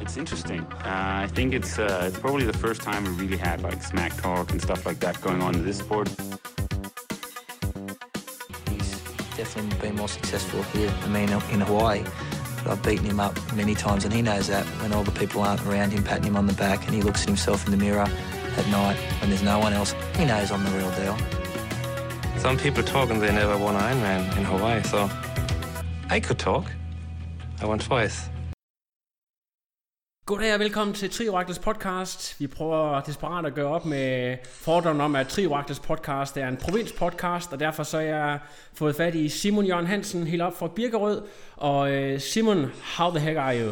It's interesting. I think it's probably the first time we really had like smack talk and stuff like that going on in this sport. He's definitely been more successful here than me in Hawaii. But I've beaten him up many times, and he knows that. When all the people aren't around him patting him on the back, and he looks at himself in the mirror at night when there's no one else, he knows I'm the real deal. Some people talk and they never won Ironman in Hawaii, so I could talk. I won twice. Goddag og velkommen til Trioraklets podcast. Vi prøver desperat at gøre op med fordommen om, at Trioraklets podcast er en provinspodcast, og derfor så har jeg fået fat i Simon Jørgen Hansen helt op fra Birkerød. Og Simon, how the heck are you?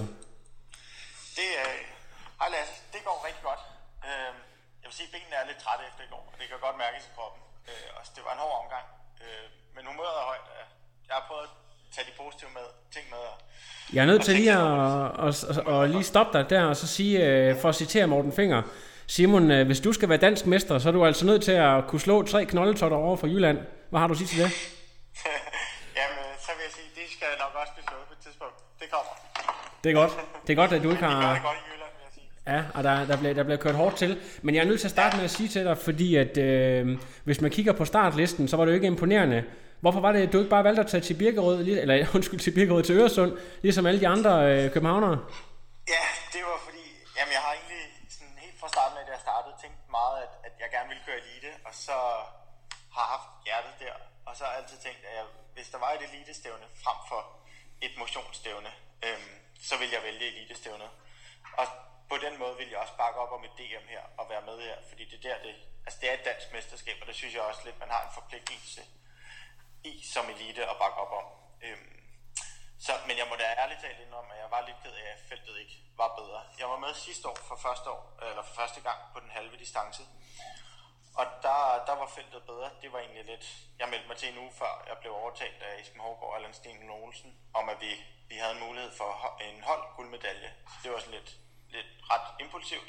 Hej Lasse, det går rigtig godt. Jeg vil sige, at benene er lidt trætte efter i går, og det kan godt mærkes i kroppen. Det var en hård omgang, men humøret er højt. Jeg har prøvet at tage de positive ting med. Jeg er nødt til lige at lige stoppe dig der og så sige, for at citere Morten Finger, Simon, hvis du skal være dansk mester, så er du altså nødt til at kunne slå 3 knoldetotter over for Jylland. Hvad har du at sige til det? Jamen, så vil jeg sige, at de skal nok også blive slået på et tidspunkt. Det kommer. Det er godt. Det er godt, at du ikke har... Det gør det godt i Jylland, vil jeg sige. Ja, og der bliver kørt hårdt til. Men jeg er nødt til at starte med at sige til dig, fordi at hvis man kigger på startlisten, så var det jo ikke imponerende. Hvorfor var det, at du ikke bare valgte at tage til Birkerød, til Birkerød til Øresund, ligesom alle de andre københavnere? Ja, det var fordi, jamen jeg har egentlig sådan helt fra starten af, da jeg startede, tænkt meget, at jeg gerne ville køre elite, og så har haft hjertet der, og så har jeg altid tænkt, at hvis der var et elitestævne frem for et motionsstævne, så ville jeg vælge elitestævnet. Og på den måde vil jeg også bakke op om et DM her, og være med her, fordi det er det er et dansk mesterskab, og det synes jeg også lidt, man har en forpligtelse i som elite at bakke op om. Men jeg må da ærligt talt indrømme, at jeg var lidt ked af, at feltet ikke var bedre. Jeg var med sidste år for første gang på den halve distance, og der var feltet bedre. Det var egentlig lidt... Jeg meldte mig til en uge før, jeg blev overtalt af Esben Hårgaard og Allan Sten Olsen, om at vi havde en mulighed for en hold guldmedalje. Det var sådan lidt ret impulsivt.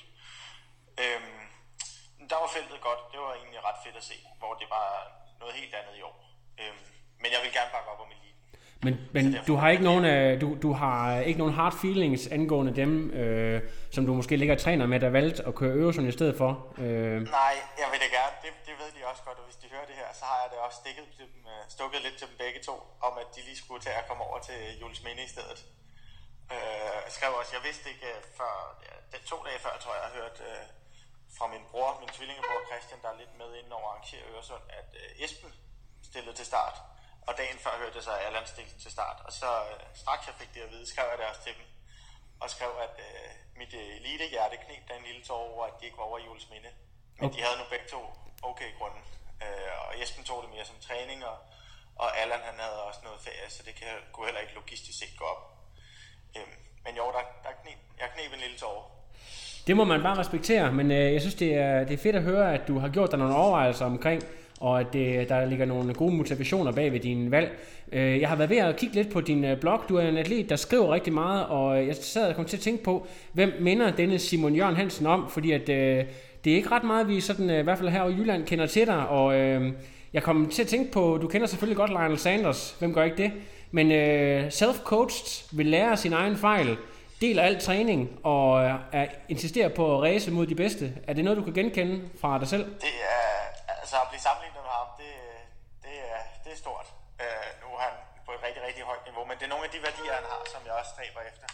Der var feltet godt. Det var egentlig ret fedt at se, hvor det var noget helt andet i år. Men jeg vil gerne bakke op om eliten. Men du har ikke nogen du har ikke nogen hard feelings angående dem, som du måske ligger og træner med, der valgte at køre Øresund i stedet for? Nej, jeg vil da gerne. Det ved de også godt, og hvis de hører det her, så har jeg da også stukket lidt til dem begge to, om at de lige skulle tage at komme over til Juelsminde i stedet. Jeg skrev også, jeg vidste ikke før, 2 dage før, tror jeg har hørt fra min tvillingebror Christian, der er lidt med inden over at arrangere Øresund, at Esben stillede til start. Og dagen før hørte jeg så, at Allan stillede til start. Og så straks jeg fik det at vide, skrev jeg det også til dem. Og skrev, at mit elite-hjerte kneb der en lille tår over, at de ikke var over i Juelsminde. Men de havde nu begge to okay i grunden. Og Esben tog det mere som træning, og Allan han havde også noget ferie, så det kunne heller ikke logistisk set gå op. Men jo, jeg kneb en lille tår. Det må man bare respektere, men jeg synes, det er fedt at høre, at du har gjort dig nogle overvejelser omkring, og at der ligger nogle gode motivationer bag ved din valg. Jeg har været ved at kigge lidt på din blog. Du er en atlet, der skriver rigtig meget, og jeg sad og kom til at tænke på, hvem minder denne Simon Jørgen Hansen om, fordi at det er ikke ret meget, vi sådan, i hvert fald her i Jylland kender til dig, og jeg kom til at tænke på, du kender selvfølgelig godt Lionel Sanders, hvem gør ikke det? Men self-coached vil lære sin egen fejl, deler al træning og insisterer på at race mod de bedste. Er det noget, du kan genkende fra dig selv? Det er, altså at blive sammenlignet med ham, det er stort. Nu er han på et rigtig, rigtig højt niveau, men det er nogle af de værdier, han har, som jeg også stræber efter.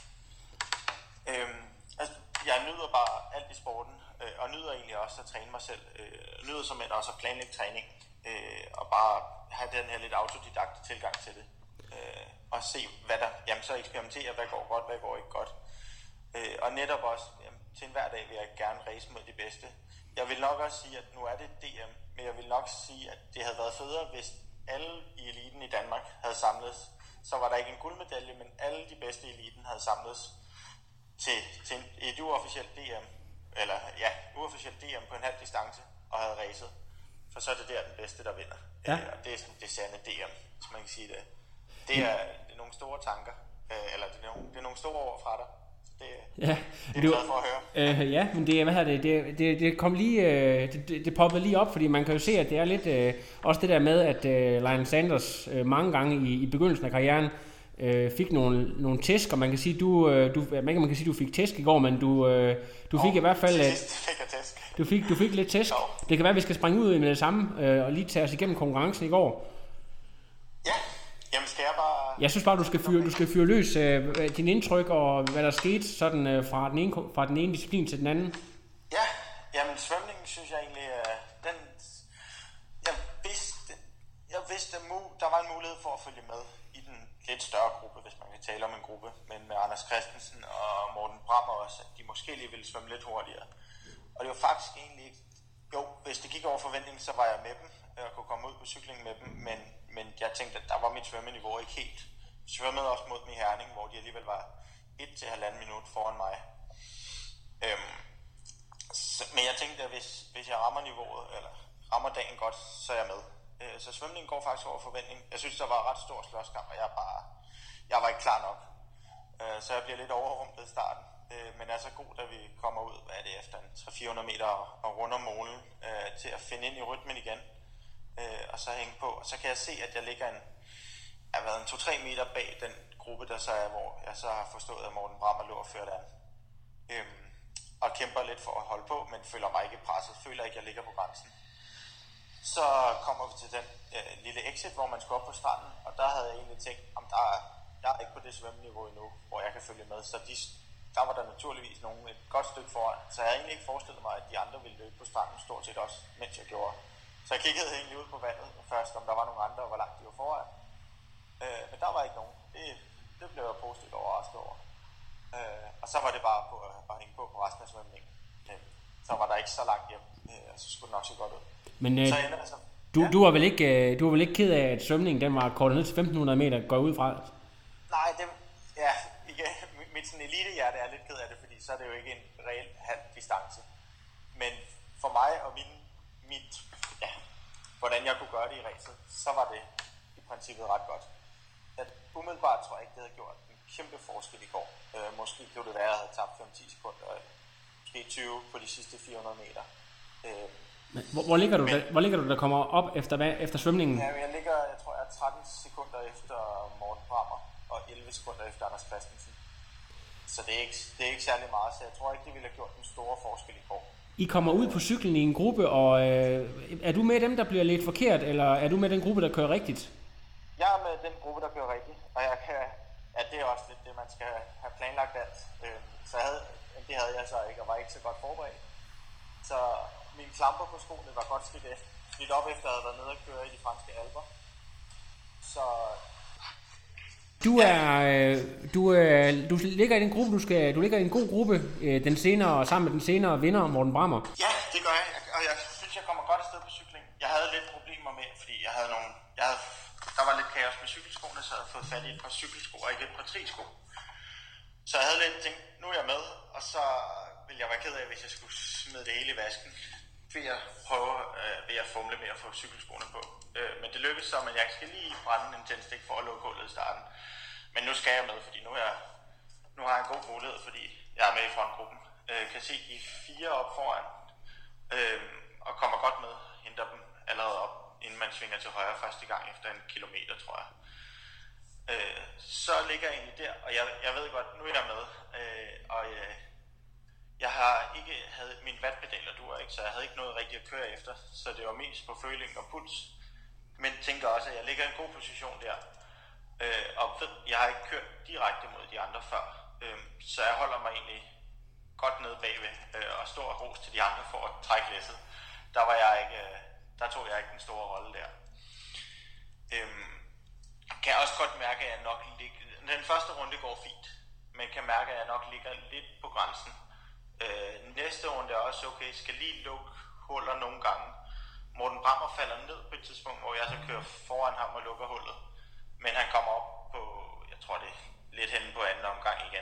Jeg nyder bare alt i sporten, og nyder egentlig også at træne mig selv. Nyder som også at planlægge træning, og bare have den her lidt autodidakte tilgang til det. Og se, så eksperimentere, hvad går godt, hvad går ikke godt. Og netop også, til enhver dag vil jeg gerne race mod de bedste. Jeg vil nok også sige, at nu er det DM, men jeg vil nok sige, at det havde været federe, hvis alle i eliten i Danmark havde samledes. Så var der ikke en guldmedalje, men alle de bedste i eliten havde samledes til et uofficielt DM, uofficielt DM på en halv distance og havde racet. For så er det der den bedste, der vinder. Ja. Og det er sådan det sande DM, hvis man kan sige det. Det er nogle store tanker, eller det er nogle store ord fra dig. Det er jeg glad for at høre. Ja, men det kom lige, det poppede lige op, fordi man kan jo se, at det er lidt også det der med, at Lionel Sanders mange gange i begyndelsen af karrieren fik nogle tæsk, og man kan sige, du fik tæsk i går, men du fik i hvert fald... Du fik lidt tæsk. Det kan være, at vi skal springe ud med det samme, og lige tage os igennem konkurrencen i går. Ja, jamen skal jeg bare... Jeg synes bare, du skal fyre løs din indtryk, og hvad der skete sådan, fra den ene disciplin til den anden. Ja, jamen svømningen synes jeg egentlig, jeg vidste, at der var en mulighed for at følge med i den lidt større gruppe, hvis man kan tale om en gruppe, men med Anders Christensen og Morten Brammer også, at de måske lige ville svømme lidt hurtigere. Og det var faktisk egentlig ikke... Jo, hvis det gik over forventning, så var jeg med dem, og kunne komme ud på cykling med dem, men jeg tænkte, at der var mit svømmeniveau ikke helt. Jeg svømmede også mod dem i Herning, hvor de alligevel var 1-1,5 minut foran mig. Men jeg tænkte, at hvis jeg rammer niveauet, eller rammer dagen godt, så er jeg med. Så svømningen går faktisk over forventning. Jeg synes, der var ret stor slåskamp, og jeg var ikke klar nok. Så jeg bliver lidt overrumplet i starten. Men er så god, da vi kommer ud, hvad er det, efter 300-400 meter og runder målen, til at finde ind i rytmen igen. Og så hænge på. Og så kan jeg se, at jeg ligger jeg har været 2-3 meter bag den gruppe, der så er, hvor jeg så har forstået, at Morten Brammer lå og ført an. Og kæmper lidt for at holde på, men føler mig ikke presset. Føler ikke, at jeg ligger på grænsen. Så kommer vi til den lille exit, hvor man skal op på stranden. Og der havde jeg egentlig tænkt, om jeg er ikke på det svømmeniveau endnu, hvor jeg kan følge med. Så der var der naturligvis nogen et godt stykke foran. Så jeg havde egentlig ikke forestillet mig, at de andre ville løbe på stranden stort set også, mens jeg gjorde. Så jeg kiggede egentlig ud på vandet først, om der var nogle andre, og hvor langt de var foran. Men der var ikke nogen. Det blev jeg positivt overrasket over. Og så var det bare på at hænge på resten af svømningen. Så var der ikke så langt hjem, og så skulle det nok se godt ud. Men du var vel ikke ked af, at svømningen den var kortet ned til 1500 meter, går ud fra? Nej, mit sådan elitehjerte er lidt ked af det, fordi så er det jo ikke en reel halv distance. Men for mig og hvordan jeg kunne gøre det i racet, så var det i princippet ret godt. Umiddelbart tror jeg ikke, det havde gjort en kæmpe forskel i går. Måske kunne det være, at jeg havde tabt 5-10 sekunder, måske 20 på de sidste 400 meter. Hvor ligger du, der kommer op efter svømningen? Ja, jeg tror, jeg er 13 sekunder efter Morten Brammer og 11 sekunder efter Anders Christensen. Så det er ikke særlig meget, så jeg tror ikke, det ville have gjort en store forskel i går. I kommer ud på cyklen i en gruppe, og er du med dem, der bliver lidt forkert, eller er du med den gruppe, der kører rigtigt? Jeg er med den gruppe, der kører rigtigt, og det er også lidt det, man skal have planlagt alt. Så det havde jeg så ikke, og var ikke så godt forberedt. Så mine klamper på skoene var godt slidt op, efter at jeg havde været nede og køre i de franske alper. Så... Du ligger i den gruppe, du ligger i en god gruppe, sammen med den senere vinder, Morten Brammer. Ja, det gør jeg, og jeg synes, jeg kommer godt afsted på cykling. Jeg havde lidt problemer med, fordi der var lidt kaos med cykelskoene, så jeg havde fået fat i et par cykelsko og ikke et par trisko. Så jeg havde lidt tænkt, nu er jeg med, og så ville jeg være ked af, hvis jeg skulle smide det hele i vasken. Ved at prøve at fumle med at få cykelskoene på. Men det lykkedes så, men jeg skal lige brænde en tændstik for at lukke hullet i starten. Men nu skal jeg med, fordi nu har jeg en god mulighed, fordi jeg er med i frontgruppen. Kan se de 4 op foran, og kommer godt med, henter dem allerede op, inden man svinger til højre første gang efter 1 kilometer, tror jeg. Så ligger jeg egentlig der, og jeg ved godt, nu er jeg med, jeg har ikke havde min vatpedaler ikke, så jeg havde ikke noget rigtigt at køre efter, så det var mest på føling og puls. Men tænker også, at jeg ligger i en god position der, og ved, jeg har ikke kørt direkte mod de andre før, så jeg holder mig egentlig godt nede bagved, og stor ros til de andre for at trække læsset. Der tog jeg ikke den store rolle der. Kan jeg også godt mærke, at jeg nok ligger... Den første runde går fint, men kan mærke, at jeg nok ligger lidt på grænsen. Næste runde er også okay, skal lige lukke huller nogle gange. Morten Brammer falder ned på et tidspunkt, hvor jeg så kører foran ham og lukker hullet. Men han kommer op på, jeg tror det er lidt henne på anden omgang igen.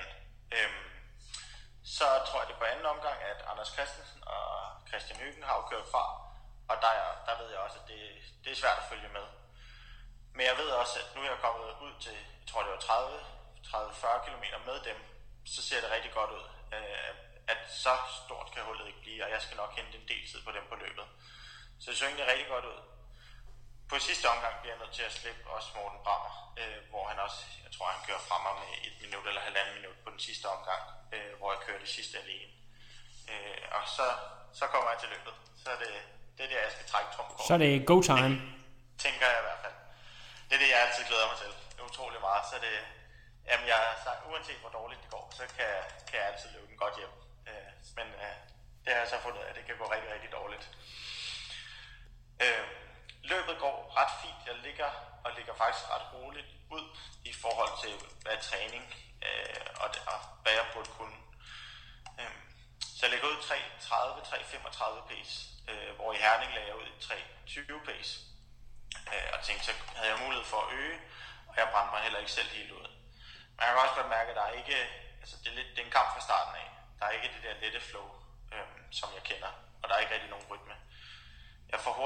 Så tror jeg det på anden omgang, at Anders Christensen og Christian Høgen har jo kørt fra. Og der ved jeg også, at det er svært at følge med. Men jeg ved også, at nu er jeg kommet ud til, jeg tror det var 30-40 km med dem, så ser det rigtig godt ud. At så stort kan hullet ikke blive, og jeg skal nok hente en del tid på dem på løbet. Så det så egentlig rigtig godt ud. på sidste omgang bliver jeg nødt til at slippe også Morten Brammer, hvor han også, jeg tror han kører frem med 1 minut eller 1,5 minut på den sidste omgang, hvor jeg kører det sidste alene. Og så kommer jeg til løbet. Så er det er der, jeg skal trække trumkort. Så er det go time. Tænker jeg i hvert fald. Det er det, jeg altid glæder mig til. Det er utrolig meget. Så det, jamen jeg har sagt, uanset hvor dårligt det går, så kan jeg altid løbe den godt hjem. Men det har jeg så fundet af, at det kan gå rigtig, rigtig dårligt. Løbet går ret fint. Jeg ligger faktisk ret roligt ud i forhold til hvad træning og hvad jeg burde kunne. Så jeg ligger ud i 3.30-3.35 pace, hvor i Herning lagde jeg ud i 3.20 pace. Og tænkte, så havde jeg mulighed for at øge, og jeg brændte mig heller ikke selv helt ud. Men jeg kan også godt mærke, at der er ikke, altså det er en kamp fra starten af. Der er ikke det der lette flow, som jeg kender, og der er ikke rigtig nogen rytme. Jeg får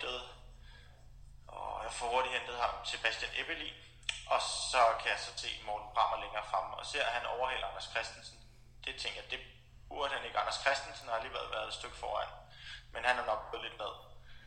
hurtigt hentet ham Sebastian Ebbeli, og så kan jeg så se Morten Brammer længere fremme, og ser at han overhaler Anders Christensen. Det tænker jeg, det burde han ikke. Anders Christensen har alligevel været et stykke foran, men han er nok gået lidt ned.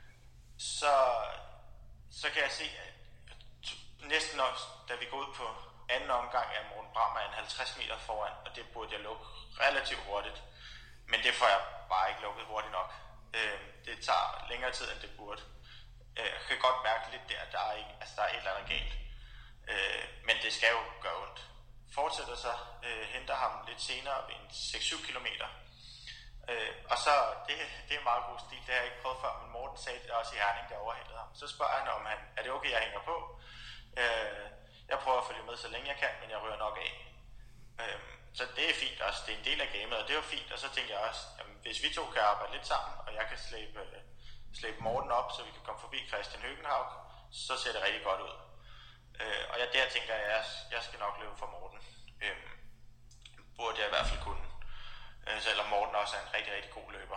Så kan jeg se, at næsten også, da vi går ud på anden omgang, er Morten Brammer 50 meter foran, og det burde jeg lukke relativt hurtigt. Men det får jeg bare ikke lukket hurtigt nok. Det tager længere tid, end det burde. Jeg kan godt mærke lidt der, at der er et eller andet galt. Men det skal jo gøre ondt. Fortsætter så, henter ham lidt senere ved en 6-7 kilometer. Og så, det er en meget god stil, det har jeg ikke prøvet før, men Morten sagde det også i Herning, der overhældede ham. Så spørger han, om er det okay, jeg hænger på? Jeg prøver at følge med, så længe jeg kan, men jeg rører nok af. Så det er fint også, det er en del af gamet, og det var fint. Og så tænkte jeg også, jamen, hvis vi to kan arbejde lidt sammen, og jeg kan slæbe Morten op, så vi kan komme forbi Christian Høgenhaug, så ser det rigtig godt ud. Og der tænker jeg, at jeg skal nok løbe for Morten. Burde jeg i hvert fald kunne. Selvom Morten også er en rigtig, rigtig god løber.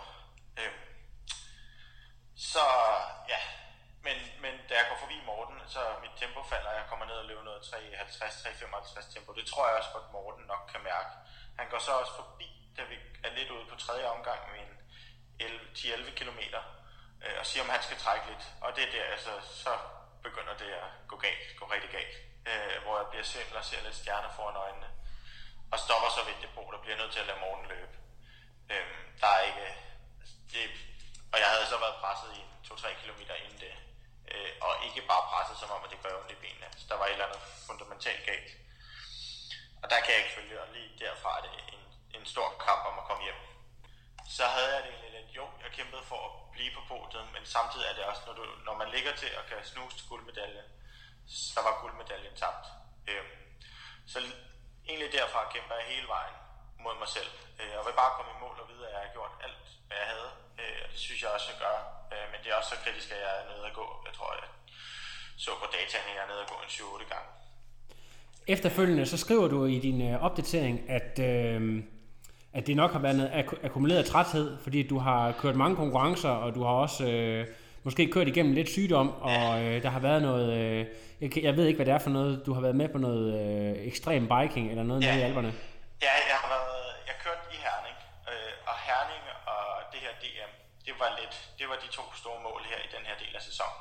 Så ja, men da jeg går forbi Morten, så mit tempo falder, og jeg kommer ned og løber noget 3.50-3.55 tempo. Det tror jeg også godt Morten nok kan mærke. Han går så også forbi, da vi er lidt ude på tredje omgang med en 10-11 kilometer, og siger, om han skal trække lidt. Og det er der, altså, så begynder det at gå rigtig galt. Hvor jeg bliver svimmel og ser lidt stjerner foran øjnene. Og stopper så ved et depot, der bliver nødt til at lade Morten løbe. Der er ikke... og jeg havde så været presset i 2-3 kilometer inden det. Og ikke bare presset, som om at det gør ondt i benene. Så der var et eller andet fundamentalt galt. Og der kan jeg ikke følge, og lige derfra er det en stor kamp om at komme hjem. Så havde jeg det egentlig lidt, jeg kæmpede for at blive på podiet, men samtidig er det også, når man ligger til og kan snuse til guldmedalje, så var guldmedaljen tabt. Så egentlig derfra kæmper jeg hele vejen mod mig selv. Jeg vil bare komme i mål og vide, at jeg har gjort alt, hvad jeg havde. Og det synes jeg også, jeg gør. Men det er også så kritisk, at jeg er nede at gå. Jeg tror, jeg så på dataen, at jeg er nede at gå en 7-8 gange. Efterfølgende så skriver du i din opdatering, at det nok har været noget akkumuleret træthed, fordi du har kørt mange konkurrencer, og du har også måske kørt igennem lidt sygdom, og der har været noget... Jeg ved ikke, hvad det er for noget. Du har været med på noget ekstrem biking eller noget nede i Alperne. Ja, jeg kørte i Herning, og Herning og det her DM, det var de to store mål her i den her del af sæsonen.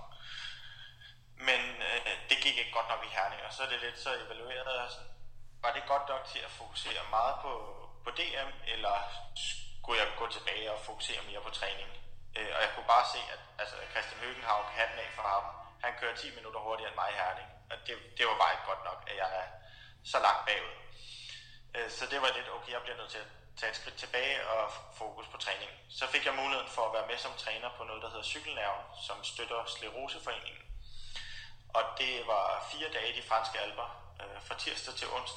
Men det gik ikke godt nok i Herning, og så er det lidt så evalueret, altså, var det godt nok til at fokusere meget på DM, eller skulle jeg gå tilbage og fokusere mere på træning? Og jeg kunne bare se, at Christian Høgenhaug, hatten af for ham, han kører 10 minutter hurtigere end mig i Herning, og det var bare ikke godt nok, at jeg er så langt bagud. Så det var lidt, okay, jeg bliver nødt til at tage et skridt tilbage og fokus på træning. Så fik jeg muligheden for at være med som træner på noget, der hedder Cykelnerven, som støtter Scleroseforeningen. Og det var 4 dage i de franske alper, fra tirsdag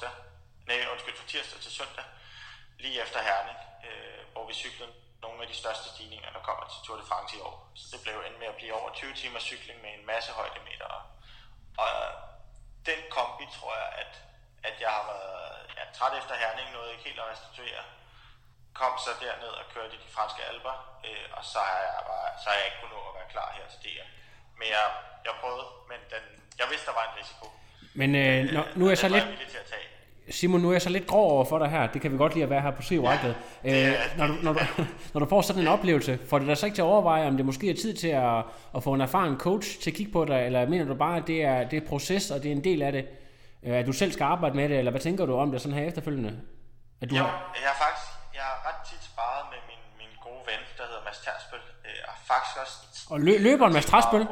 til søndag, lige efter Herning, hvor vi cyklede nogle af de største stigninger, der kommer til Tour de France i år. Så det blev endt med at blive over 20 timer cykling med en masse højdemeter. Og den kombi, tror jeg, at jeg har været træt efter Herning, nåede ikke helt at restituere. Kom så derned og kørte i de franske alper, og så har jeg ikke kunnet nå at være klar her til DM. Men jeg prøvede, men jeg vidste, der var en risiko. Men nu er jeg så lidt... Simon, nu er jeg så lidt grov over for dig her. Det kan vi godt lide at være her på Trioraklet. Når du får sådan en oplevelse, får det dig så ikke til at overveje, om det måske er tid til at få en erfaren coach til at kigge på dig, eller mener du bare, at det er proces, og det er en del af det, at du selv skal arbejde med det, eller hvad tænker du om det sådan her efterfølgende? Jeg har ret tit sparet med min gode ven, der hedder Mads Tersbøl, og faktisk også... Og løberen Mads Tersbøl?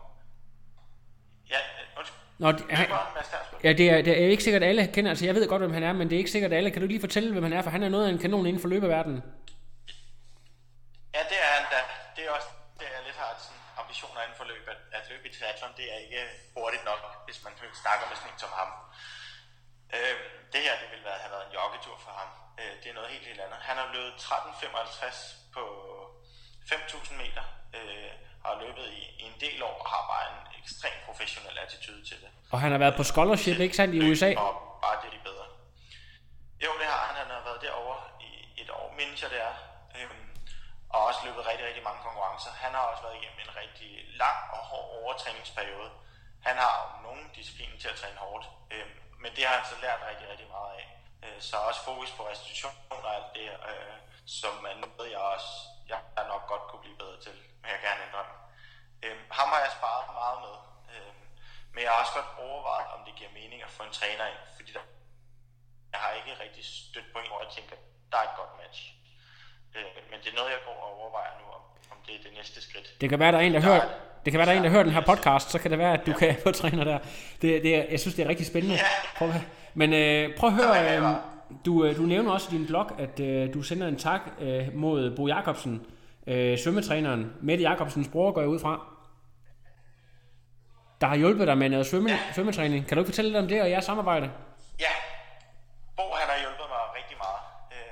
Ja, det er ikke sikkert alle kender, altså jeg ved godt, hvem han er, men det er ikke sikkert alle. Kan du lige fortælle, hvem han er, for han er noget af en kanon inden for løbeverdenen. Ja, det er han da. Det er også det, jeg lidt har sådan ambitioner inden for løb, at løbe i triathlon, det er ikke hurtigt nok, hvis man snakker med sådan en som ham. Det her, det ville have været en joggetur for ham. Det er noget helt andet. Han har løbet 13:55 på 5.000 meter, har løbet i en del år og har bare en ekstremt professionel attitude til det. Og han har været på scholarship, ikke sandt, i USA? Og bare det er de bedre. Jo, det har han. Han har været derovre i et år, mindes jeg det er. Og også løbet rigtig, rigtig mange konkurrencer. Han har også været igennem en rigtig lang og hård overtræningsperiode. Han har nogle discipliner til at træne hårdt, men det har han så lært rigtig, rigtig meget af. Så også fokus på restitution og alt det, som er noget, jeg nok godt kunne blive bedre til, men jeg gerne indrømme. Ham har jeg sparet meget med, men jeg har også godt overvejet, om det giver mening at få en træner ind, fordi jeg har ikke rigtig stødt på en, hvor jeg tænker, der er et godt match. Men det er noget, jeg går og overvejer nu, om det er det næste skridt. Det kan være, der er en, der hører den her podcast, så kan det være, at du kan få træner der. Jeg synes, det er rigtig spændende. Ja. Men prøv at høre, du nævner også i din blog, at du sender en tak mod Bo Jacobsen, svømmetræneren. Mette Jacobsens bror, går jeg ud fra. Der har hjulpet dig med noget svømmetræning. Kan du ikke fortælle lidt om det og jeres samarbejde? Ja, Bo han har hjulpet mig rigtig meget.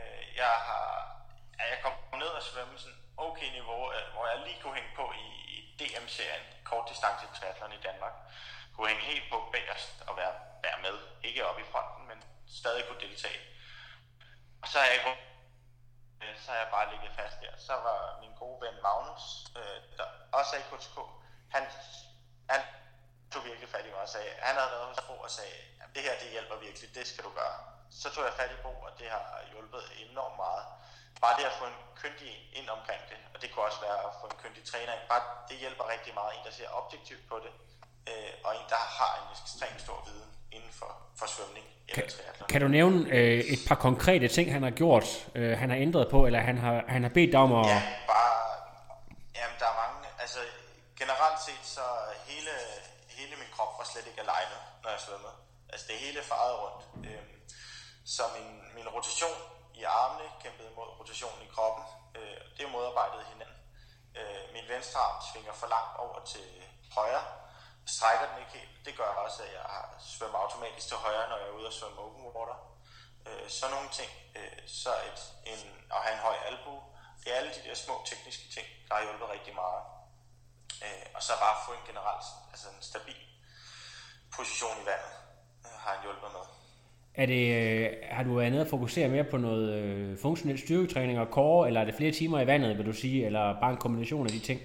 Jeg kom ned og svømme sådan okay niveau, hvor jeg lige kunne hænge på i DM-serien, kortdistance triathlon i Danmark. Kunne hænge helt på bagerst og være med. Ikke oppe i fronten, men stadig kunne deltage. Og så har jeg bare ligget fast der. Så var min gode ven Magnus, der også er i KTK, han tog virkelig fat i mig og sagde, han havde været hos Bo og sagde, at det her det hjælper virkelig, det skal du gøre. Så tog jeg fat i Bo, og det har hjulpet enormt meget. Bare det at få en kyndig ind omkring det, og det kunne også være at få en kyndig træner ind, bare det hjælper rigtig meget. En, der ser objektivt på det, og en, der har en ekstremt stor viden inden for svømning eller triathlon. Kan du nævne et par konkrete ting, han har gjort, han har ændret på, eller han har bedt dig om at... Jamen, der er mange. Altså, generelt set, så hele min krop var slet ikke alignet, når jeg svømmede. Altså, det hele farede rundt. Så min rotation i armene kæmpede mod rotationen i kroppen. Det er modarbejdet hinanden. Min venstre arm svinger for langt over til højre. Strækker den ikke helt. Det gør også, at jeg svømmer automatisk til højre, når jeg er ude og svømme open water. Så nogle ting. Så at have en høj albue. Det er alle de der små tekniske ting, der har hjulpet rigtig meget. Og så bare få en generelt, altså en stabil position i vandet, har han hjulpet med. Har du været nede at fokusere mere på noget funktionel styrketræning og core, eller er det flere timer i vandet, vil du sige, eller bare en kombination af de ting?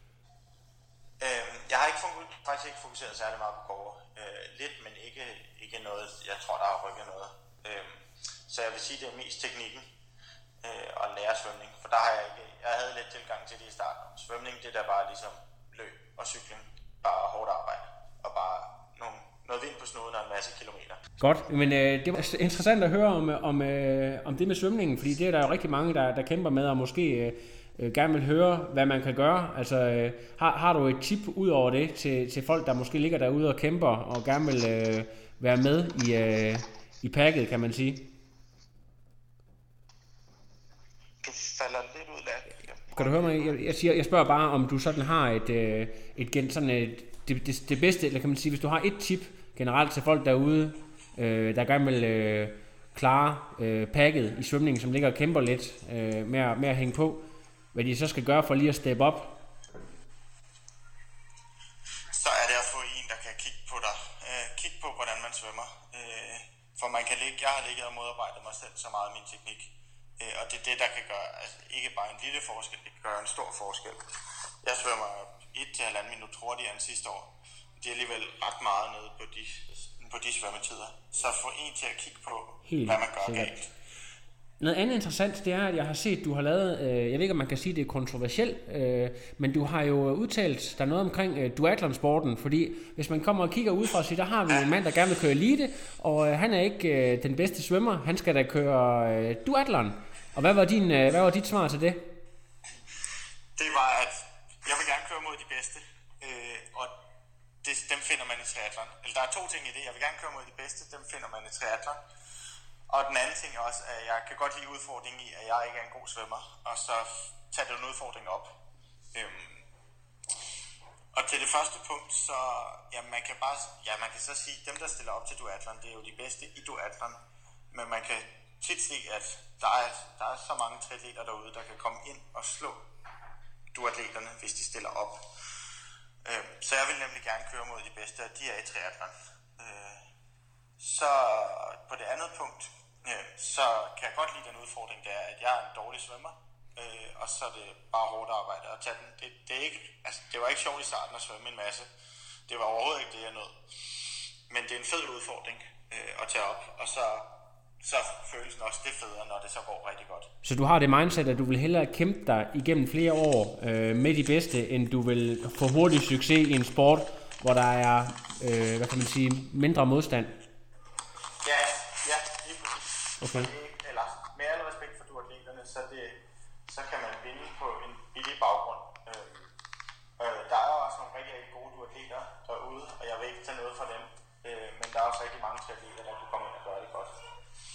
Jeg har faktisk ikke fokuseret særlig meget på core. Lidt, men ikke noget, jeg tror, der har rykket noget. Så jeg vil sige, det er mest teknikken og lære svømning, for der har jeg havde lidt tilgang til det i starten. Svømning, det der bare ligesom løb og cykling, bare hårdt arbejde og bare noget vind på snuden og en masse kilometer. Godt, men det var interessant at høre om det med svømningen, fordi det er der jo rigtig mange, der kæmper med, og måske gerne vil høre, hvad man kan gøre. Altså, har du et tip ud over det til folk, der måske ligger derude og kæmper, og gerne vil være med i packet, kan man sige? Du falder lidt ud af. Kan du høre mig? Jeg spørger bare, om du sådan har det bedste, eller kan man sige, hvis du har et tip generelt til folk derude, der gerne vil klare packet i svømningen, som ligger og kæmper lidt med at hænge på, hvad de så skal gøre for lige at steppe op? Så er det at få en, der kan kigge på dig. Kigge på, hvordan man svømmer. For jeg har ligget og modarbejdet mig selv så meget i min teknik. Og det er det, der kan gøre, altså ikke bare en lille forskel, det kan gøre en stor forskel. Jeg svømmer 1-1,5 minut hurtigere end sidste år. det er alligevel ret meget nede på de svømmetider. Så få en til at kigge på, hvad man gør galt. Noget andet interessant, det er, at jeg har set, du har lavet, jeg ved ikke, om man kan sige, det er kontroversielt, men du har jo udtalt der noget omkring duathlonsporten, fordi hvis man kommer og kigger udefra og siger, der har vi en mand, der gerne vil køre elite, og han er ikke den bedste svømmer, han skal da køre duathlon. Og hvad var dit svar til det? Det var, at jeg vil gerne køre mod de bedste, og dem finder man i triathlon. Eller der er to ting i det. Jeg vil gerne køre mod de bedste, dem finder man i triathlon. Og den anden ting er også, at jeg kan godt lide udfordringen i, at jeg ikke er en god svømmer, og så tage den udfordring op. Og til det første punkt, så man kan så sige, at dem, der stiller op til duathlon, det er jo de bedste i duathlon. Men man kan tit se, at der er så mange triatleter derude, der kan komme ind og slå duatleterne, hvis de stiller op. Så jeg vil nemlig gerne køre mod de bedste, og de er i triathlon. Så på det andet punkt, så kan jeg godt lide den udfordring, der er, at jeg er en dårlig svømmer, og så er det bare hårdt arbejde at tage den. Det var ikke sjovt i starten at svømme en masse. Det var overhovedet ikke det, jeg nåede. Men det er en fed udfordring at tage op, og så følelsen også det federe, når det så går rigtig godt. Så du har det mindset, at du vil hellere kæmpe dig igennem flere år med de bedste, end du vil få hurtig succes i en sport, hvor der er, hvad kan man sige, mindre modstand? Ja, lige præcis. Okay. Eller med al respekt for duatleterne, så kan man vinde på en billig baggrund. Der er også nogle rigtig gode duatleter derude, og jeg vil ikke tage noget fra dem. Men der er også rigtig mange triatleter, der kan komme ind og gøre det godt.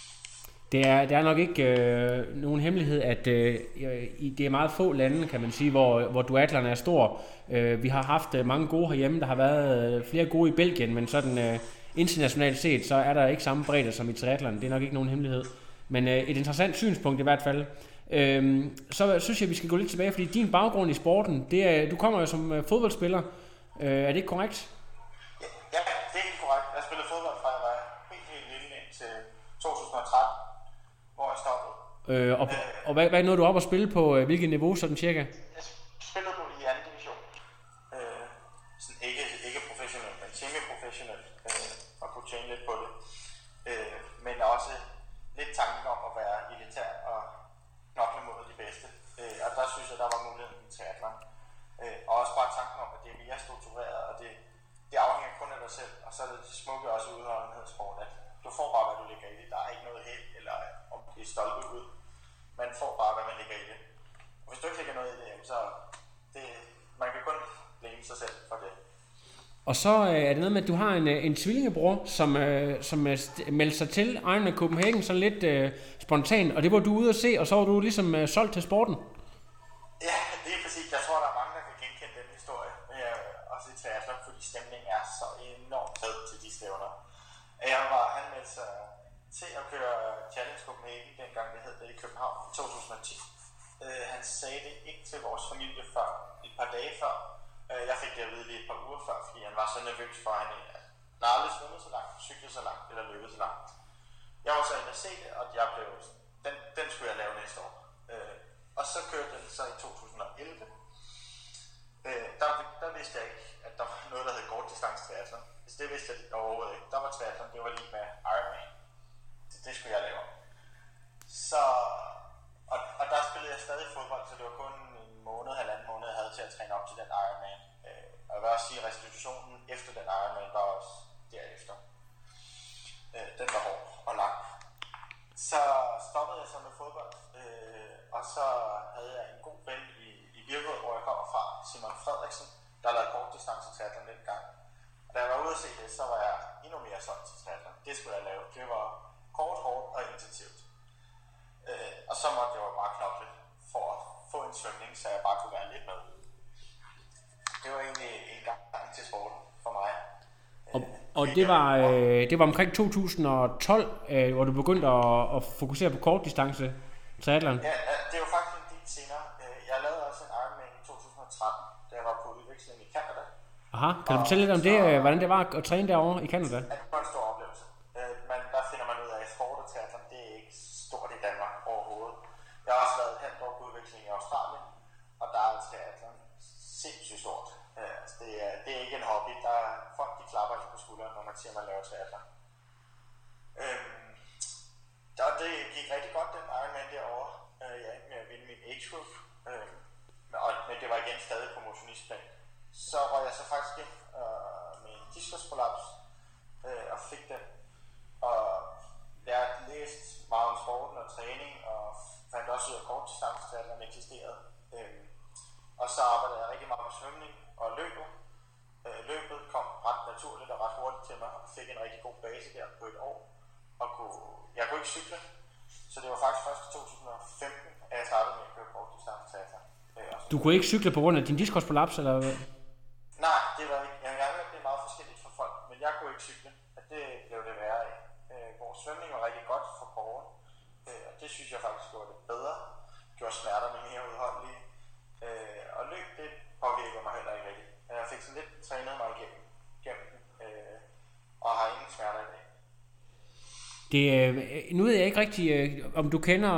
Det er nok ikke nogen hemmelighed, at det er meget få lande, kan man sige, hvor duathlon er stor. Vi har haft mange gode herhjemme, der har været flere gode i Belgien, men sådan internationalt set, så er der ikke samme bredde som i triathlon. Det er nok ikke nogen hemmelighed. Men et interessant synspunkt i hvert fald. Så synes jeg, vi skal gå lidt tilbage, fordi din baggrund i sporten, du kommer jo som fodboldspiller. Er det ikke korrekt? Ja, det er ikke korrekt. Jeg spillede fodbold fra jeg var helt lille indtil 2013, hvor jeg stoppede. Og hvad nåede du op at spille på? Hvilket niveau sådan cirka? Jeg spillede nu i anden division. Sådan ikke professionelt, men semi-professionelt. Og kunne tjene lidt på det. Men også lidt tanken om at være elitær og knokle mod de bedste. Og der synes jeg, der var muligheden i triathlon. Og også bare tanken om, at det er mere struktureret, og det afhænger kun af dig selv. Og så er det smukke også i udholdenhedssport, at du får bare, hvad du ligger i det. Der er ikke noget held, eller om det er stolpe ud. Man får bare, hvad man ligger i det. Og hvis du ikke ligger noget i det, så man kan kun blame sig selv for det. Og så er det noget med, at du har en tvillingebror, som meldte sig til Ironman Copenhagen sådan lidt spontant, og det var du ude at se, og så var du ligesom solgt til sporten. Ja, det er præcis. Jeg tror, der er mange, der kan genkende den historie. Også i triathlon, fordi stemningen er så enormt fed til de stævner. Han meldte sig til at køre Challenge Copenhagen, dengang det hed det i København i 2010. Han sagde det ikke til vores familie før, et par dage før. Jeg fik det at vide lige et par uger før, fordi han var så nervøs for, at han aldrig svømmet så langt, cyklet så langt eller løbet så langt. Jeg var så inde at se det, og jeg blev, den skulle jeg lave næste år. Og så kørte den så i 2011. Der vidste jeg ikke, at der var noget, der hed kortdistance triathlon. Det vidste jeg overhovedet ikke. Der var triathlon, det var lige med Ironman. Det skulle jeg lave. Så, og der spillede jeg stadig fodbold, så det var kun halvanden måned, jeg havde til at træne op til den Ironman. Og jeg vil også sige, at restitutionen efter den Ironman var også derefter. Den var hård og lang. Så stoppede jeg så med fodbold, og så havde jeg en god ven i Birkerød, hvor jeg kommer fra, Simon Frederiksen, der lavede kortdistance triathlon dengang. Og da jeg var ude at se det, så var jeg endnu mere solgt til triathlon. Det skulle jeg lave. Det var kort, hårdt og intensivt. Og så måtte jeg jo bare knokle for at få en svømning, så jeg bare kunne være lidt med. Det var egentlig en gang til sporten for mig. Og det var omkring 2012, hvor du begyndte at fokusere på kortdistance triathlon. Ja, det var faktisk en del senere. Jeg lavede også en Ironman i 2013, da jeg var på udveksling i Canada. Aha, kan du fortælle lidt om det, hvordan det var at træne derovre i Canada? Det var en stor oplevelse. Men der finder man ud af, at sport og triathlon, det er ikke stort i Danmark overhovedet. Jeg har også været et halvt år på udveksling i Australien, og der er triathlon sindssygt stort. Det er ikke en hobby. Der er folk, siger, man laver triathlon. Og det gik rigtig godt, den Ironman derovre. Jeg endte med at vinde min age group, men det var igen stadig på motionistplan. Så røg jeg så faktisk ind med en diskusprolaps og fik den. Og lærte læst meget om sporten og træning, og fandt også ud af kortdistancetriathlon eksisterede. Og så arbejdede jeg rigtig meget på svømning og løbet. Løbet kom ret naturligt og ret hurtigt til mig, og fik en rigtig god base der på et år. Og jeg kunne ikke cykle, så det var faktisk først i 2015, at jeg startede med at køre kortdistancetriathlon. Du kunne ikke cykle på grund af din diskusprolaps, eller hvad? Nej, det var ikke. Jeg ved, det er meget forskelligt for folk, men jeg kunne ikke cykle, og det blev det værre af. Hvor svømning var rigtig godt for borgeren, og det synes jeg faktisk gjorde det bedre. Gjorde smerterne mere udholdelige. Og løb, det påvirker mig heller ikke rigtigt. Jeg fik så lidt trænet mig igennem og har ingen smerter i dag. Nu ved jeg ikke rigtig, om du kender,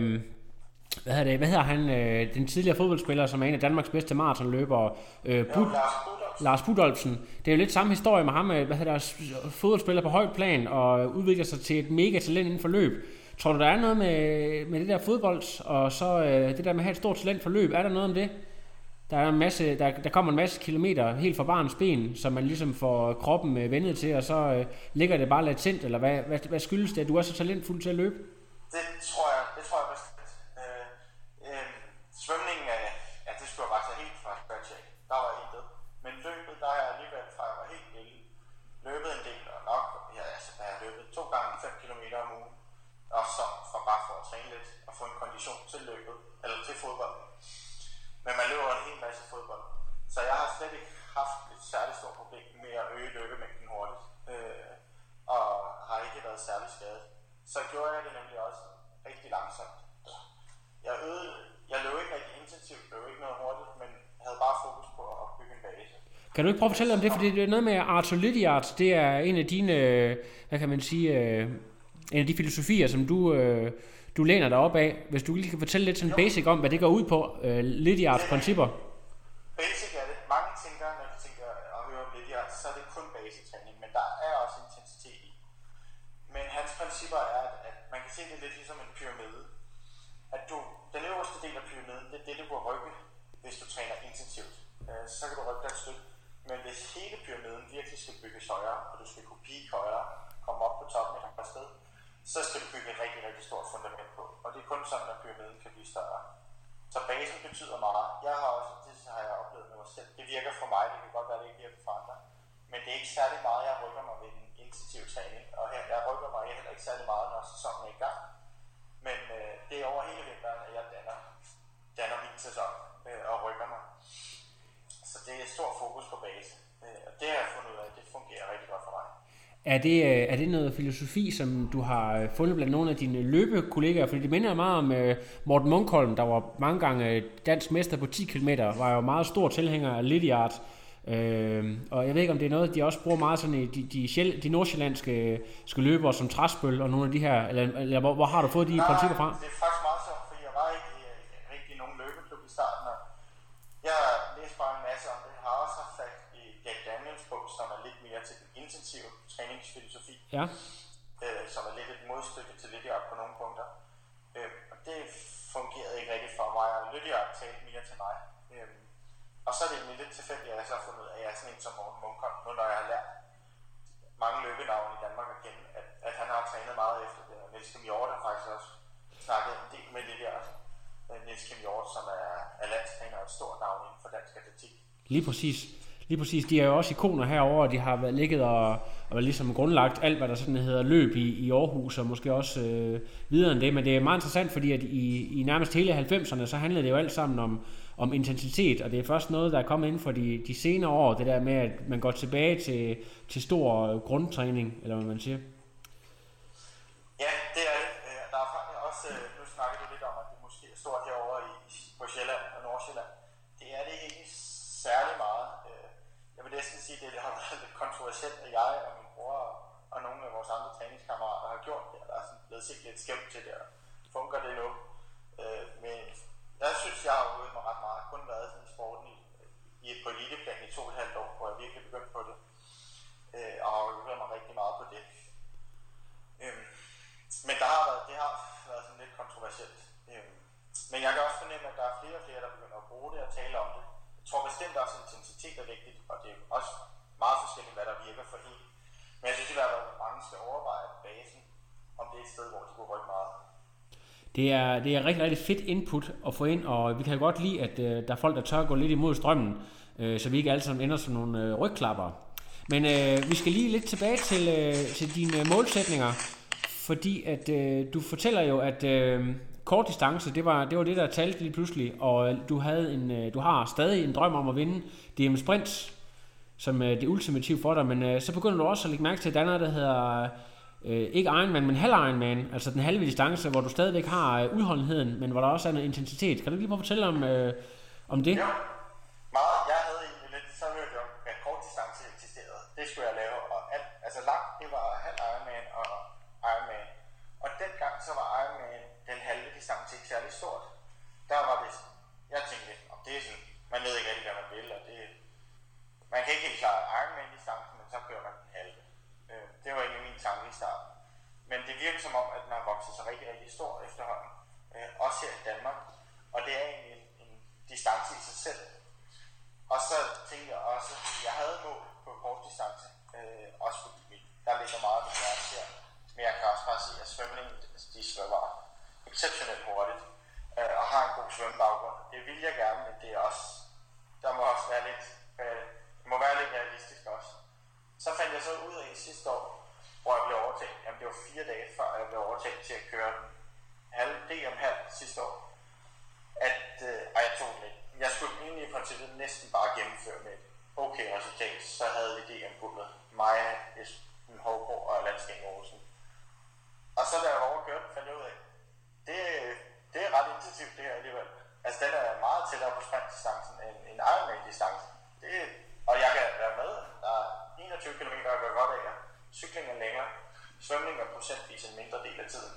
hvad hedder han, den tidligere fodboldspiller, som er en af Danmarks bedste maratonløbere, Lars Budolfsen. Det er jo lidt samme historie med ham, fodboldspiller på højt plan og udvikler sig til et mega talent inden for løb. Tror du, der er noget med det der fodbold, og så det der med at have et stort talent for løb? Er der noget om det? Der kommer en masse kilometer helt fra barns ben, som man ligesom får kroppen vendet til, og så ligger det bare latent, eller hvad skyldes det, at du er så talentfuld til at løbe? Det tror jeg bestemt. Svømningen, det skulle jeg bare tage helt fra scratch af. Der var jeg intet. Men løbet, der har jeg alligevel fra jeg var helt lille. Løbet en del, og nok, jeg har løbet 2 gange 5 km om ugen. Og så bare for at træne lidt, og få en kondition til løbet, eller til fodbold. Men man løber en hel masse fodbold. Så jeg har slet ikke haft et særligt stort problem med at øge løbemængden hurtigt. Og har ikke været særlig skadet. Så gjorde jeg det nemlig også rigtig langsomt. Jeg løb ikke rigtig intensivt, løb ikke noget hurtigt, men havde bare fokus på at bygge en base. Kan du ikke prøve at fortælle om det, fordi det er noget med Arthur Lydiard, det er en af dine, hvad kan man sige, en af de filosofier, som du læner dig op af. Hvis du lige kan fortælle lidt sådan basic om, hvad det går ud på, Lydiards principper. Basic er det. Mange tænker, når de tænker at høre om Lydiard, så er det kun basic træning, men der er også intensitet i. Men hans principper er, at man kan se det lidt ligesom en pyramide. At den øverste del af pyramiden, det er det, du kan rykke, hvis du træner intensivt. Så kan du rykke dig et stykke. Men hvis hele pyramiden virkelig skal bygges højere, og du skal kunne peak højere, komme op på toppen et andet sted, så skal du bygge et rigtig, rigtig stort fundament på. Og det er kun sådan, at pyramiden kan blive større. Så basen betyder meget. Det har jeg oplevet med mig selv. Det virker for mig, det kan godt være, det ikke virker for andre. Men det er ikke særlig meget, jeg rykker mig ved en intensiv træning. Og jeg rykker mig heller ikke særlig meget, når sæsonen er i gang. Men det er over hele vinteren, at jeg danner min sæson og rykker mig. Så det er et stort fokus på base. Og det har jeg fundet ud af, at det fungerer rigtig godt for mig. Er det noget filosofi, som du har fundet blandt nogle af dine løbekollegaer? Fordi det minder meget om Morten Munkholm, der var mange gange dansk mester på 10 km, var jo meget stor tilhænger af Lydiard. Og jeg ved ikke, om det er noget, de også bruger meget sådan i de nordsjællandske løbere som Træsbøl og nogle af de her, eller hvor har du fået de principper fra? Det er faktisk meget sjovt, fordi jeg var ikke rigtig i nogen løbeklub i starten, og jeg læste bare en masse om det. Jeg har også haft fat i Jack Daniels bog, som er lidt mere til den intensive træningsfilosofi, ja. Som er lidt et modstykke til Lydiard på nogle punkter. Og det fungerede ikke rigtig for mig, og Lydiard talte mere til mig. Og så er det lidt tilfældigt, at jeg så har fundet ud af, at jeg er sådan en som Morten Munkholm, nu når jeg har lært mange løbenavne i Danmark at kende, at han har trænet meget efter det. Og Niels Kim Hjort har faktisk også snakket en del med Lydiard. Niels Kim Hjort, som er landstræner og et stort navn inden for dansk atletik. Lige præcis. De er jo også ikoner herover, og de har ligget og ligesom grundlagt alt, hvad der sådan hedder løb i Aarhus, og måske også videre end det. Men det er meget interessant, fordi at i nærmest hele 90'erne, så handlede det jo alt sammen om intensitet, og det er først noget, der er kommet inden for de senere år, det der med, at man går tilbage til stor grundtræning, eller hvad man siger. Ja, det er det. Der er faktisk også, nu snakker du lidt om, at det måske er stort herovre på Sjælland og Nordsjælland. Det er det ikke særlig meget. Jeg vil næsten sige, at det har været lidt kontroversielt, at jeg og min bror og nogle af vores andre træningskammerater har gjort det, og der er sådan blevet set lidt skævt til det, og fungerer det nu. Men jeg synes, jeg har øvet mig ret meget. Jeg har kun været i sporten på eliteplan i 2,5 år, hvor jeg virkelig begyndte på det. Og har øvet mig Det er rigtig, rigtig fedt input at få ind, og vi kan godt lide, at der er folk, der tør gå lidt imod strømmen, så vi ikke alle sammen ender som nogle rygklapper. Men vi skal lige lidt tilbage til dine målsætninger, fordi at du fortæller jo, at kort distance, det var det, der talte lige pludselig, og du har stadig en drøm om at vinde DM Sprints, som det ultimative for dig, men så begynder du også at lægge mærke til, at der er noget, der hedder ikke Ironman, men halv Ironman, altså den halve distance, hvor du stadigvæk har udholdenheden, men hvor der også er noget intensitet. Kan du lige prøve at fortælle om det? Ja, meget. Jeg havde egentlig lidt, så hørte jeg om, at kort distance eksisterede. Det skulle jeg lave, og alt, altså langt, det var halv Ironman og Ironman. Og dengang så var Ironman den halve distance ikke særlig stort. Der var det, jeg tænkte lidt, om det er sådan, man ved ikke rigtig, hvad man vil, og det, man kan ikke helt klare Ironman-distancen, men så kører man den halve. Det var egentlig min tanke i starten. Men det virker som om, at den har vokset sig rigtig, rigtig stor efterhånden. Også her i Danmark. Og det er egentlig en distance i sig selv. Og så tænkte jeg også, at jeg havde mål på kort distance. Også fordi der ligger meget af min hjerte her. Men jeg kan også bare sige, at svømningen, de svømmer exceptionelt hurtigt. Og har en god svømmebaggrund. Det vil jeg gerne, men det er også, der må også være lidt, det må være lidt realistisk også. Så fandt jeg så ud af sidste år, hvor jeg blev overtalt. Jamen det var 4 dage før jeg blev overtalt til at køre den halv DM halv sidste år. Og jeg tog lidt. Jeg skulle egentlig i princippet næsten bare gennemføre med et okay resultat. Så havde vi DM-guldet. Mig, Esben Hovgaard og Landskeng Olsen. Og så da jeg var overkørt, fandt jeg ud af, det er ret intensivt det her alligevel. Altså den er meget tættere på sprintdistancen end Ironman-distancen. Og jeg kan være med. Der er 21 km at gøre godt af. Cykling er længere. Svømning er procentvis en mindre del af tiden.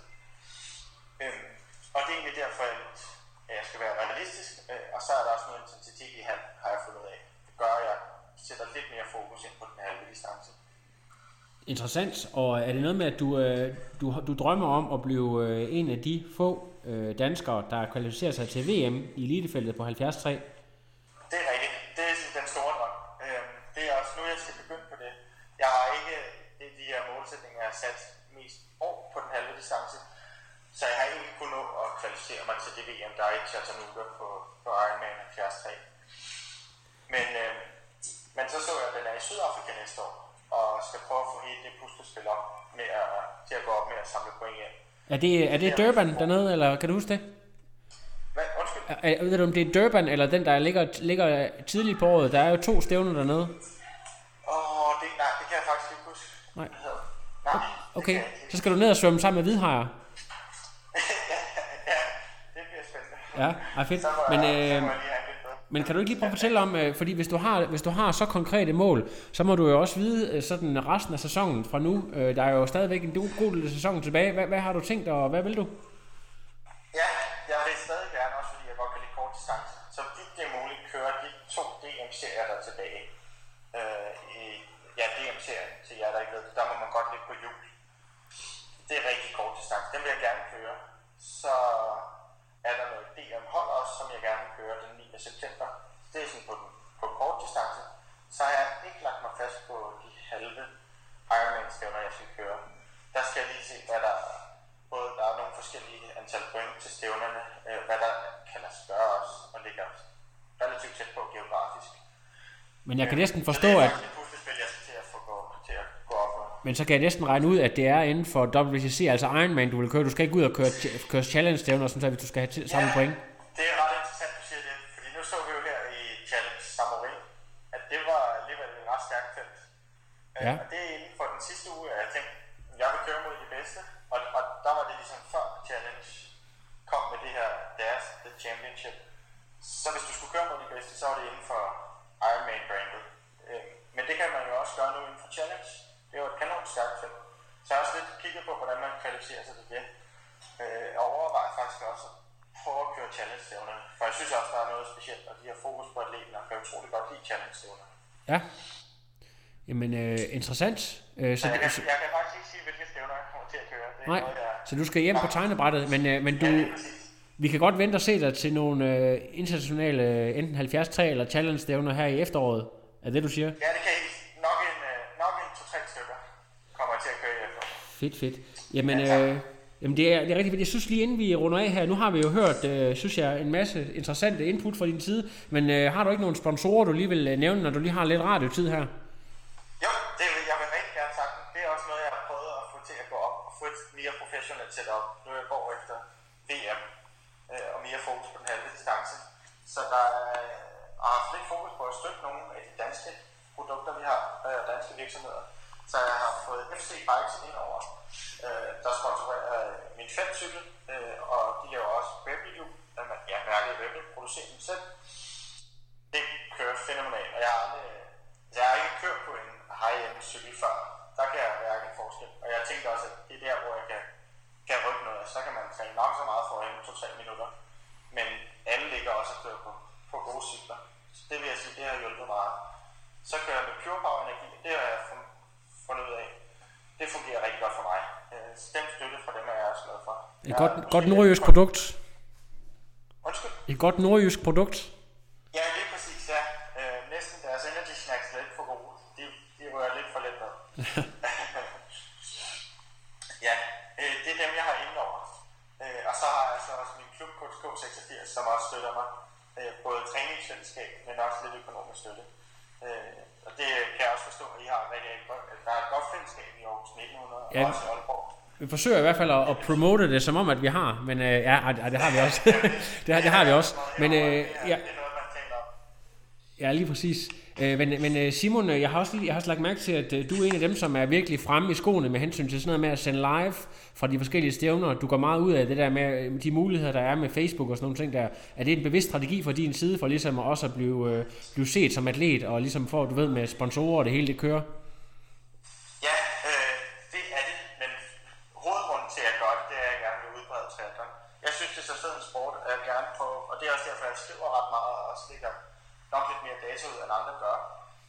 Og det er egentlig derfor, at jeg skal være realistisk. Og så er der også noget intensitet i halv, har jeg fundet ud af. Det gør, at jeg sætter lidt mere fokus ind på den halve distance. Interessant. Og er det noget med, at du drømmer om at blive en af de få danskere, der kvalificerer sig til VM i elitefeltet på 70-3? Det er rigtigt. Det er den store drøm. Det er også nu, jeg skal begynde på det. Jeg har ikke de her målsætninger, jeg har sat mest år på den halve distance. Så jeg har ikke kunnet nå at kvalificere mig til det VM, der er i Chattanooga på Ironman 70-3. Men så jeg, at den er i Sydafrika næste år, og skal prøve at få hele det puslespil op til at gå op med at samle point ind. Er det Durban dernede, eller kan du huske det? Hvad? Undskyld? Ved du, om det er Durban, eller den, der ligger tidligt på året? Der er jo 2 stævner dernede. Nej, det kan jeg faktisk ikke huske. Nej. Nej. Okay, så skal du ned og svømme sammen med hvidhajer. Ja, det bliver spændende. Ja, fedt. Men kan du ikke lige prøve at fortælle om, fordi hvis du har så konkrete mål, så må du jo også vide sådan resten af sæsonen fra nu. Der er jo stadigvæk en god lille sæson tilbage. Hvad har du tænkt, og hvad vil du? Ja, jeg vil stadig gerne, også fordi jeg godt kan lide kort distance. Så vidt det er muligt, kører de 2 DM-serier der tilbage. DM-serien til jer, der ikke ved det. Der må man godt ligge på hjul. Det er rigtig kort distance. Den vil jeg gerne køre. Så er der noget DM-hold også, som jeg gerne vil køre den 9. september. Det er sådan på kort distance. Så har jeg ikke lagt mig fast på de halve Ironman-stævner, jeg skal køre. Der skal jeg lige se, hvad der er. Både der er nogle forskellige antal point til stævnerne, hvad der kan lade sig gøre også, og ligger relativt tæt på geografisk. Men jeg kan næsten forstå, at... Men så kan jeg næsten regne ud, at det er inden for WCC, altså Ironman, du vil køre. Du skal ikke ud og køre challenge-stævner, sådan så hvis du skal have samme point. Det er ret interessant, du siger det, fordi nu så vi jo her i Challenge Samorin, at det var alligevel en ret stærkt felt. Ja. Og det er inden for den sidste uge, at jeg tænkte, jeg vil køre mod de bedste, og der var det ligesom før Challenge kom med det her, The Championship. Så hvis du skulle køre mod de bedste, så var det inden for Ironman-brandet. Men det kan man jo også gøre nu inden for Challenge. Det er jo et kanon stærkt felt. Så jeg har også lidt kigget på, hvordan man kvalificerer sig til det. Jeg overvejer faktisk også at prøve at køre challenge-stævnerne. For jeg synes også, der er noget specielt, og de har fokus på atleten, og kan utrolig godt lide challenge-stævnerne. Ja. Jamen, interessant. Så jeg kan faktisk ikke sige, hvilke stævner jeg kommer til at køre. Det er nej, noget, så du skal hjem på tegnebrættet, men du... Ja, vi kan godt vente og se dig til nogle internationale, enten 70-3 eller challenge-stævner her i efteråret. Er det, du siger? Ja, det kan I. Nok en 2-3 stykker kommer jeg til at køre i efteråret. Fedt. Jamen, Jamen det er rigtigt, men jeg synes lige inden vi runder af her, nu har vi jo hørt, synes jeg, en masse interessante input fra din side, men har du ikke nogle sponsorer, du lige vil nævne, når du lige har lidt radiotid her? Jo, jeg vil rigtig gerne sagt. Det er også noget, jeg har prøvet at få til at gå op og få et mere professionelt setup. Nu jeg går efter VM og mere fokus på den halve distance. Så der har haft lidt fokus på at støtte nogle af de danske produkter, vi har, danske virksomheder. Så jeg har fået FC Bikes indover, der sponsorerer min feltcykel, og de laver også webvideo. Jeg mærker webvideo, producerer dem selv. Det kører fænomenalt, og jeg har ikke kørt på en high-end cykel før. Der kan jeg mærke en forskel, og jeg tænker også, at det er der, hvor jeg kan rykke noget. Så kan man træne nok så meget for en 2-3 minutter, men alle ligger også og kører på gode cykler. Så det vil jeg sige, det har hjulpet meget. Så kører jeg med Pure Power Energi, det har jeg fundet ud af. Det fungerer rigtig godt for mig. Stemt støtte fra dem er jeg også glad for. Et godt nordjysk produkt. Undskyld? Et godt nordjysk produkt. Ja, lige præcis, ja. Næsten deres energy snacks er lidt for gode. De rører lidt for let med. Ja, det er dem, jeg har inde over. Og så har jeg så også min klubcoach K86, som også støtter mig. Både træningsfællesskab, men også lidt økonomisk støtte. Og det kan jeg også forstå, at I har der er et godt fællesskab i Aarhus 1900 og også i Aalborg. Vi forsøger i hvert fald at promote det som om, at vi har, men det har vi også. det har vi også. Men det er noget, man tænker om. Ja, lige præcis. Men Simon, jeg har også lagt mærke til, at du er en af dem, som er virkelig fremme i skoene med hensyn til sådan noget med at sende live fra de forskellige stævner. Du går meget ud af det der med de muligheder, der er med Facebook og sådan nogle ting der. Er det en bevidst strategi fra din side for ligesom også at blive set som atlet og ligesom for, du ved, med sponsorer og det hele det kører? Ja, det er det, men hovedgrunden til at gøre det, det er, at jeg gerne vil udbrede triathlon. Jeg synes, det er så fed en sport, at jeg gerne prøve, og det er også derfor, jeg skriver ret meget og også ligger nok lidt mere data ud, end andre gør.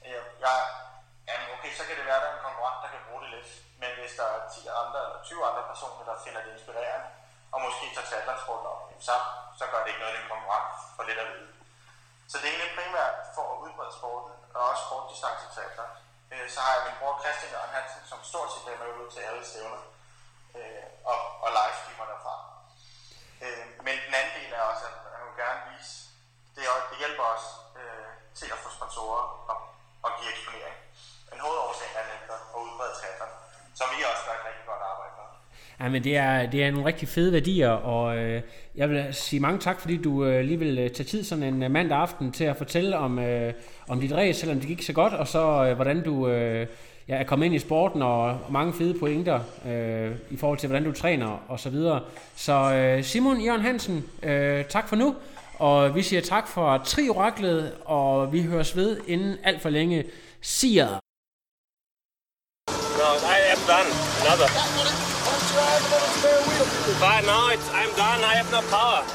Okay, så kan det være, at der er en konkurrent, der kan bruge det lidt, men hvis der er 10 andre eller 20 andre personer, der finder det inspirerende, og måske tager triathlonsporten op, så gør det ikke noget, den konkurrent for lidt at vide. Så det er egentlig primært for at udbrede sporten, og også sportdistance-triathlon. Så har jeg min bror Christian Jørgen Hansen, som stort set er med ud til alle stævner, og livestreamer derfra. Men den anden del er også, at jeg vil gerne vise, det hjælper os til at få sponsorer og give eksponering. Men hovedårsagen er nemlig at udbrede triathlon, som vi også gør et rigtig godt arbejde med. Ja, men det er nogle rigtig fede værdier, og jeg vil sige mange tak, fordi du lige vil tage tid sådan en mandag aften til at fortælle om dit race, selvom det gik så godt, og så hvordan du er kommet ind i sporten, og mange fede pointer i forhold til, hvordan du træner og så videre. Så Simon Jørgen Hansen, tak for nu, og vi siger tak for Trioraklet, og vi høres ved inden alt for længe. See ya! No, I am done. Another. But no, I'm done. I have no power.